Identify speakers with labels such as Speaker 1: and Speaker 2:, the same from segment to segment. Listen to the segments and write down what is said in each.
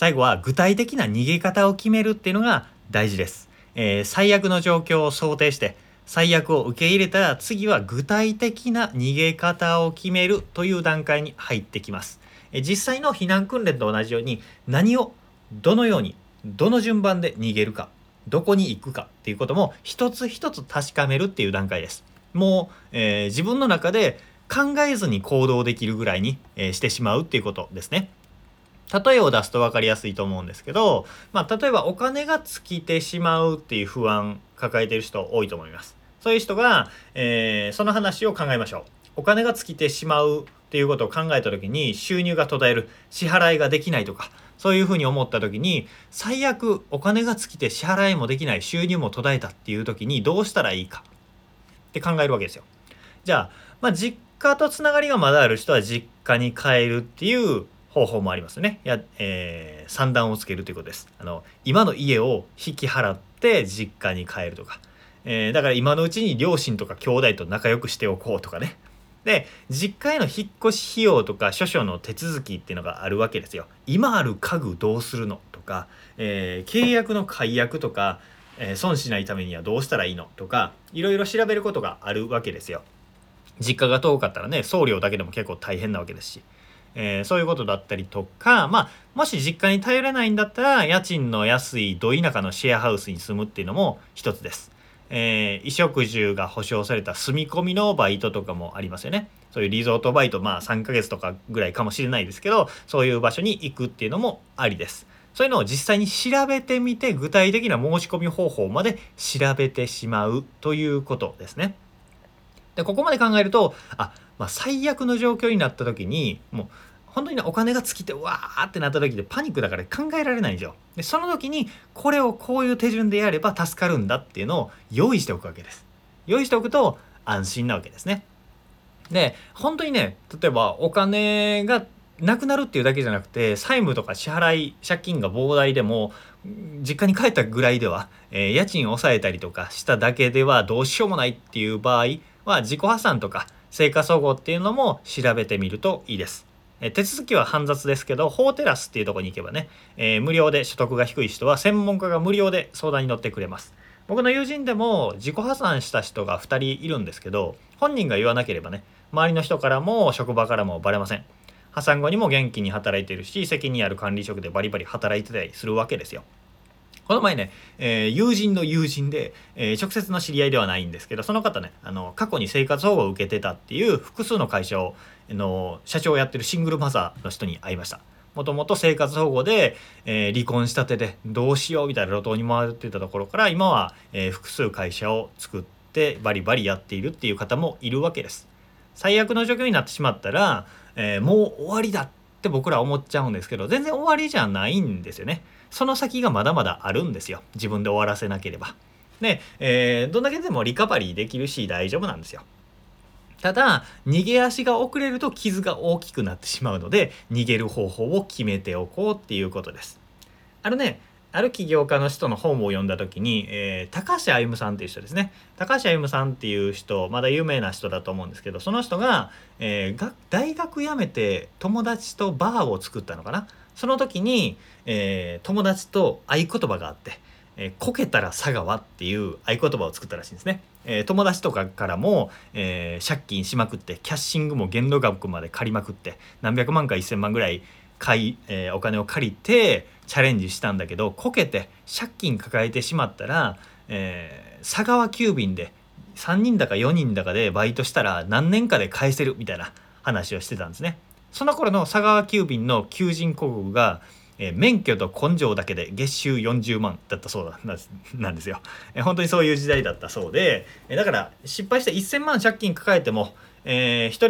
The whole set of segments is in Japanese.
Speaker 1: 最後は具体的な逃げ方を決めるっていうのが大事です。最悪の状況を想定して最悪を受け入れたら、次は具体的な逃げ方を決めるという段階に入ってきます。実際の避難訓練と同じように、何をどのようにどの順番で逃げるか、どこに行くかっていうことも一つ一つ確かめるっていう段階です。もう、自分の中で考えずに行動できるぐらいに、してしまうっていうことですね。例えを出すと分かりやすいと思うんですけど、例えばお金が尽きてしまうっていう不安抱えている人多いと思います。そういう人が、その話を考えましょう。お金が尽きてしまうっていうことを考えた時に、収入が途絶える、支払いができないとか、そういうふうに思った時に、最悪お金が尽きて支払いもできない、収入も途絶えたっていう時にどうしたらいいかって考えるわけですよ。じゃあ、実家とつながりがまだある人は実家に帰るっていう方法もありますね。算段をつけるということです。今の家を引き払って実家に帰るとか、だから今のうちに両親とか兄弟と仲良くしておこうとかね。で、実家への引っ越し費用とか諸々の手続きっていうのがあるわけですよ。今ある家具どうするのとか、契約の解約とか、損しないためにはどうしたらいいのとか、いろいろ調べることがあるわけですよ。実家が遠かったらね、送料だけでも結構大変なわけですし、そういうことだったりとか、もし実家に頼れないんだったら、家賃の安いど田舎のシェアハウスに住むっていうのも一つです。衣食住が保証された住み込みのバイトとかもありますよね。そういうリゾートバイト、3ヶ月とかぐらいかもしれないですけど、そういう場所に行くっていうのもありです。そういうのを実際に調べてみて、具体的な申し込み方法まで調べてしまうということですね。で、ここまで考えると、最悪の状況になった時に、もう本当にね、お金が尽きてわーってなった時でパニックだから考えられないんですよ。で、その時にこれをこういう手順でやれば助かるんだっていうのを用意しておくわけです。用意しておくと安心なわけですね。で、本当にね、例えばお金がなくなるっていうだけじゃなくて、債務とか支払い、借金が膨大でも、実家に帰ったぐらいでは、家賃を抑えたりとかしただけではどうしようもないっていう場合は、自己破産とか生活保護っていうのも調べてみるといいです。手続きは煩雑ですけど、法テラスっていうところに行けばね、無料で所得が低い人は専門家が無料で相談に乗ってくれます。僕の友人でも自己破産した人が2人いるんですけど、本人が言わなければね、周りの人からも職場からもバレません。破産後にも元気に働いてるし、責任ある管理職でバリバリ働いてたりするわけですよ。この前ね、友人の友人で、直接の知り合いではないんですけど、その方ね、過去に生活保護を受けてたっていう複数の会社を社長をやってるシングルマザーの人に会いました。もともと生活保護で、離婚したてでどうしようみたいな路頭に回ってたところから、今は、複数会社を作ってバリバリやっているっていう方もいるわけです。最悪の状況になってしまったら、もう終わりだって僕ら思っちゃうんですけど、全然終わりじゃないんですよね。その先がまだまだあるんですよ。自分で終わらせなければ。で、どんだけでもリカバリーできるし大丈夫なんですよ。ただ、逃げ足が遅れると傷が大きくなってしまうので、逃げる方法を決めておこうっていうことです。ある起業家の人の本を読んだ時に、高橋歩さんっていう人ですね。高橋歩さんっていう人、まだ有名な人だと思うんですけど、その人が、大学辞めて友達とバーを作ったのかな。その時に、友達と合言葉があって、こけたら佐川っていう合言葉を作ったらしいんですね。友達とかからも、借金しまくってキャッシングも限度額まで借りまくって何百万か1000万ぐらいお金を借りてチャレンジしたんだけど、こけて借金抱えてしまったら、佐川急便で3人だか4人だかでバイトしたら何年かで返せるみたいな話をしてたんですね。その頃の佐川急便の求人広告が、免許と根性だけで月収40万だったそうなんですよ。本当にそういう時代だったそうで、だから失敗して1000万借金抱えても、1人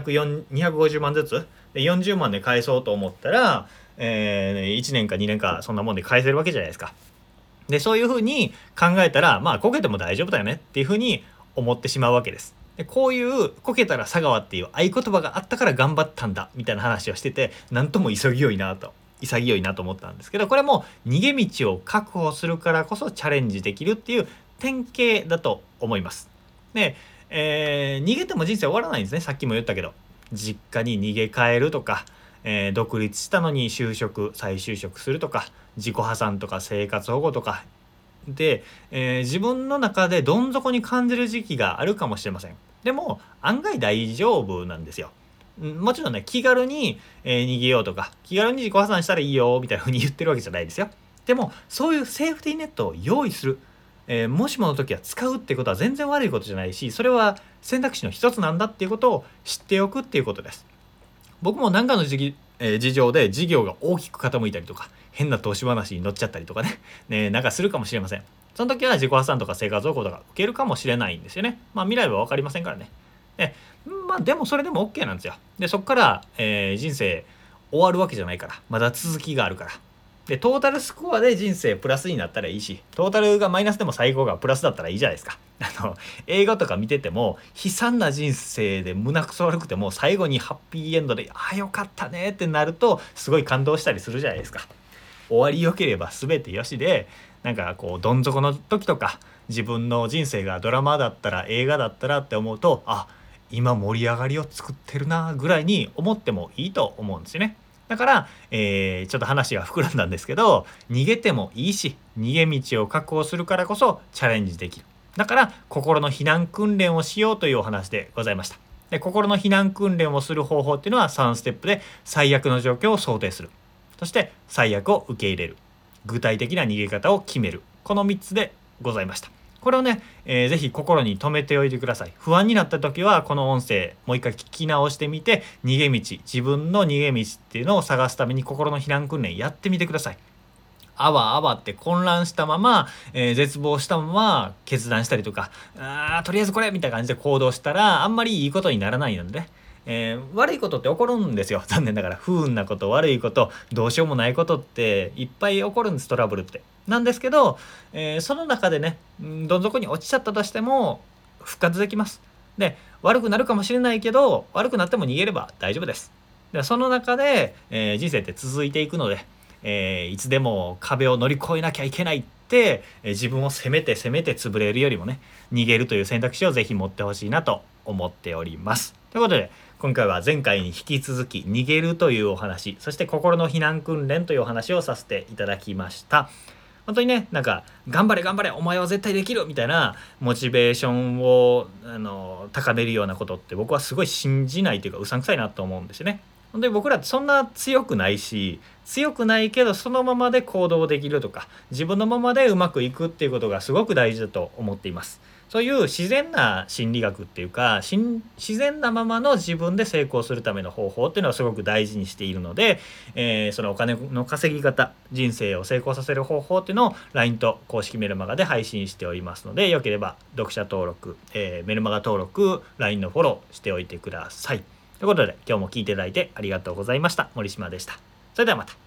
Speaker 1: 250万ずつで40万で返そうと思ったら、1年か2年かそんなもんで返せるわけじゃないですか。で、そういうふうに考えたら、こけても大丈夫だよねっていうふうに思ってしまうわけです。で、こういうこけたら佐川っていう合言葉があったから頑張ったんだみたいな話をしてて、なんとも潔いなと思ったんですけど、これも逃げ道を確保するからこそチャレンジできるっていう典型だと思います。で、逃げても人生終わらないんですね。さっきも言ったけど、実家に逃げ帰るとか、 独立したのに就職再就職するとか自己破産とか生活保護とかで、自分の中でどん底に感じる時期があるかもしれません。でも案外大丈夫なんですよ。もちろんね気軽に、逃げようとか気軽に自己破産したらいいよみたいな風に言ってるわけじゃないですよ。でもそういうセーフティーネットを用意する、もしもの時は使うってことは全然悪いことじゃないし、それは選択肢の一つなんだっていうことを知っておくっていうことです。僕も何かの事情で事業が大きく傾いたりとか変な投資話に乗っちゃったりとかねなんかするかもしれません。その時は自己破産とか生活保護とか受けるかもしれないんですよね。未来は分かりませんからね。ででもそれでも OK なんですよ。でそこから、人生終わるわけじゃないから、まだ続きがあるから。でトータルスコアで人生プラスになったらいいし、トータルがマイナスでも最後がプラスだったらいいじゃないですか。映画とか見てても悲惨な人生で胸くそ悪くても最後にハッピーエンドでよかったねってなるとすごい感動したりするじゃないですか。終わり良ければ全てよしで、なんかこうどん底の時とか自分の人生がドラマだったら映画だったらって思うと、今盛り上がりを作ってるなぐらいに思ってもいいと思うんですよね。だから、ちょっと話が膨らんだんですけど、逃げてもいいし逃げ道を確保するからこそチャレンジできる。だから心の避難訓練をしようというお話でございました。で心の避難訓練をする方法っていうのは3ステップで、最悪の状況を想定する、そして最悪を受け入れる、具体的な逃げ方を決める、この3つでございました。これをね、ぜひ心に留めておいてください。不安になった時はこの音声もう一回聞き直してみて、逃げ道、自分の逃げ道っていうのを探すために心の避難訓練やってみてください。あわあわって混乱したまま、絶望したまま決断したりとか、とりあえずこれみたいな感じで行動したらあんまりいいことにならないのでね、悪いことって起こるんですよ。残念ながら不運なこと、悪いこと、どうしようもないことっていっぱい起こるんです、トラブルって。なんですけど、その中でね、どん底に落ちちゃったとしても復活できます。で悪くなるかもしれないけど、悪くなっても逃げれば大丈夫です。でその中で、人生って続いていくので、いつでも壁を乗り越えなきゃいけないって、自分を責めて潰れるよりもね、逃げるという選択肢をぜひ持ってほしいなと思っております。ということで今回は前回に引き続き逃げるというお話、そして心の避難訓練というお話をさせていただきました。本当にね、なんか頑張れ頑張れお前は絶対できるみたいなモチベーションを高めるようなことって僕はすごい信じないというかうさんくさいなと思うんですよね。本当に僕らってそんな強くないし、強くないけどそのままで行動できるとか自分のままでうまくいくっていうことがすごく大事だと思っています。そういう自然な心理学っていうか自然なままの自分で成功するための方法っていうのはすごく大事にしているので、そのお金の稼ぎ方、人生を成功させる方法っていうのを LINE と公式メルマガで配信しておりますので、よければ読者登録、メルマガ登録、 LINE のフォローしておいてください。ということで今日も聞いていただいてありがとうございました。森島でした。それではまた。